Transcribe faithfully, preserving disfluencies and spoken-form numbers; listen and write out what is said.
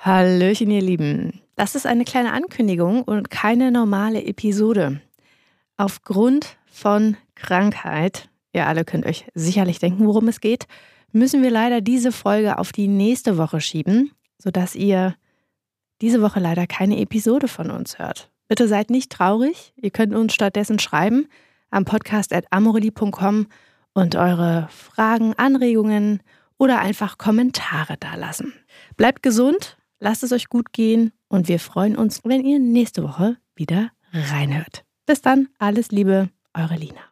Hallöchen, ihr Lieben. Das ist eine kleine Ankündigung und keine normale Episode. Aufgrund von Krankheit, ihr alle könnt euch sicherlich denken, worum es geht, müssen wir leider diese Folge auf die nächste Woche schieben, sodass ihr diese Woche leider keine Episode von uns hört. Bitte seid nicht traurig, ihr könnt uns stattdessen schreiben am podcast at amorelli punkt com und eure Fragen, Anregungen oder einfach Kommentare dalassen. Bleibt gesund, lasst es euch gut gehen und wir freuen uns, wenn ihr nächste Woche wieder reinhört. Bis dann, alles Liebe, eure Lina.